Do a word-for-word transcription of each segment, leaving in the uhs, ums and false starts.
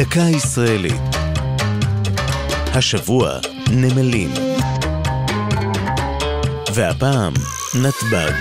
דקה ישראלית. השבוע נמלים. והפעם נתב"ג.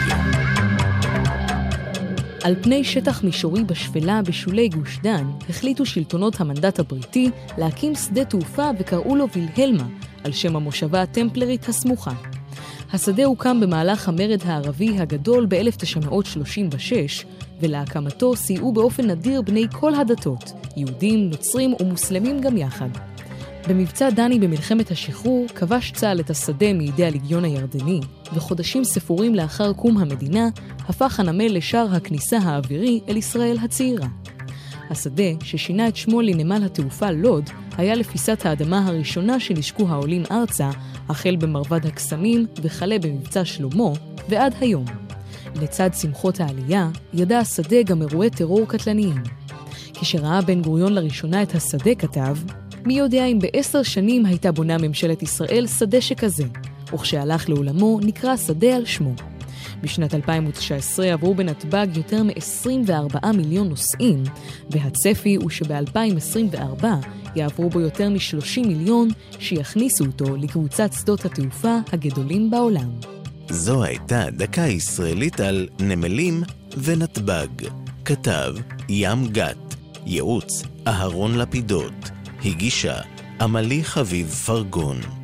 על פני שטח מישורי בשפלה בשולי גוש דן, החליטו שלטונות המנדט הבריטי להקים שדה תעופה וקראו לו וילהלמה, על שם המושבה הטמפלרית הסמוכה. השדה הוקם במהלך המרד הערבי הגדול ב-אלף תשע מאות שלושים ושש, ולהקמתו סייעו באופן נדיר בני כל הדתות, יהודים, נוצרים ומוסלמים גם יחד. במבצע דני במלחמת השחרור כבש צה"ל את השדה מידי הלגיון הירדני, וחודשים ספורים לאחר קום המדינה הפך הנמל לשער הכניסה האווירי אל ישראל הצעירה. השדה, ששינה את שמו לנמל התעופה לוד, היה לפיסת האדמה הראשונה שנשקו העולים ארצה, החל במרבד הקסמים וכלה במבצע שלמה, ועד היום. לצד שמחות העלייה, ידע השדה גם אירועי טרור קטלניים. כשראה בן גוריון לראשונה את השדה כתב, מי יודע אם בעשר שנים הייתה בונה ממשלת ישראל שדה שכזה, וכשהלך לעולמו נקרא שדה על שמו. בשנת אלפיים תשע עשרה עברו בנתב"ג יותר מ-עשרים וארבעה מיליון נוסעים, והצפי הוא שב-אלפיים עשרים וארבע יעברו בו יותר מ-שלושים מיליון שיכניסו אותו לקבוצת שדות התעופה הגדולים בעולם. זו הייתה דקה ישראלית על נמלים ונתב"ג. כתב ים גת, ייעוץ אהרון לפידות, הגישה עמלי חביב פרגון.